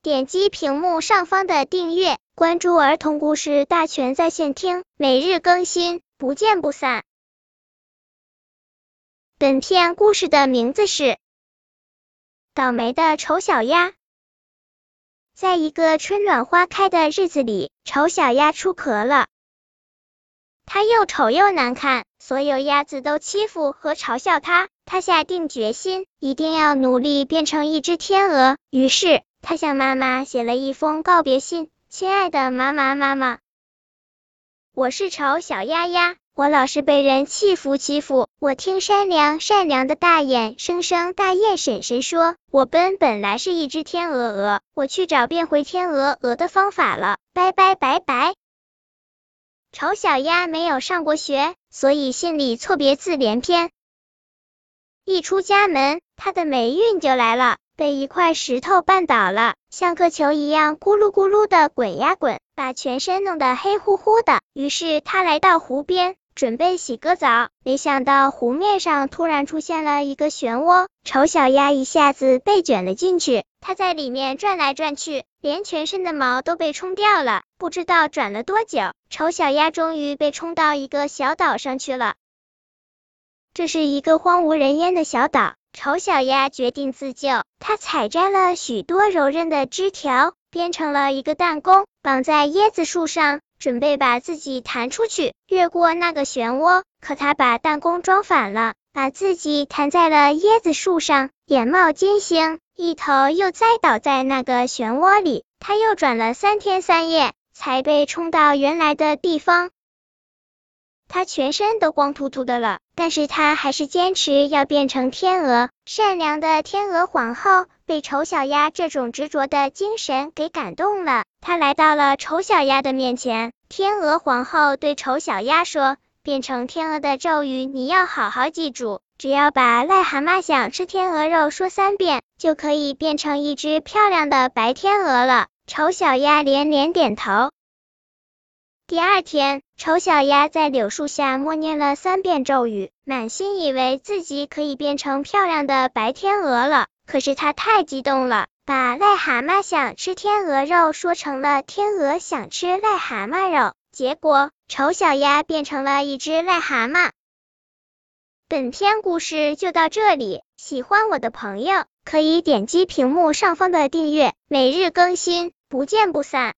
点击屏幕上方的订阅，关注儿童故事大全在线听，每日更新，不见不散。本片故事的名字是倒霉的丑小鸭。在一个春暖花开的日子里，丑小鸭出壳了。它又丑又难看，所有鸭子都欺负和嘲笑它。它下定决心，一定要努力变成一只天鹅。于是，它向妈妈写了一封告别信：亲爱的妈妈，我是丑小鸭鸭，我老是被人欺负。我听善良的大眼大雁婶婶说，我本来是一只天鹅，我去找变回天鹅的方法了，拜拜。丑小鸭没有上过学，所以信里错别字连篇。一出家门，它的霉运就来了，被一块石头绊倒了，像个球一样咕噜咕噜的滚呀滚，把全身弄得黑乎乎的。于是它来到湖边，准备洗个澡，没想到湖面上突然出现了一个漩涡，丑小鸭一下子被卷了进去。它在里面转来转去，连全身的毛都被冲掉了。不知道转了多久，丑小鸭终于被冲到一个小岛上去了。这是一个荒无人烟的小岛，丑小鸭决定自救。它采摘了许多柔韧的枝条，编成了一个弹弓，绑在椰子树上，准备把自己弹出去，越过那个漩涡。可它把弹弓装反了，把自己弹在了椰子树上，眼冒金星，一头又栽倒在那个漩涡里。它又转了3天3夜，才被冲到原来的地方。它全身都光秃秃的了，但是它还是坚持要变成天鹅。善良的天鹅皇后被丑小鸭这种执着的精神给感动了，她来到了丑小鸭的面前。天鹅皇后对丑小鸭说，变成天鹅的咒语你要好好记住，只要把癞蛤蟆想吃天鹅肉说3遍，就可以变成一只漂亮的白天鹅了。丑小鸭连连点头。第二天，丑小鸭在柳树下默念了3遍咒语，满心以为自己可以变成漂亮的白天鹅了。可是它太激动了，把癞蛤蟆想吃天鹅肉说成了天鹅想吃癞蛤蟆肉，结果丑小鸭变成了一只癞蛤蟆。本篇故事就到这里，喜欢我的朋友可以点击屏幕上方的订阅，每日更新，不见不散。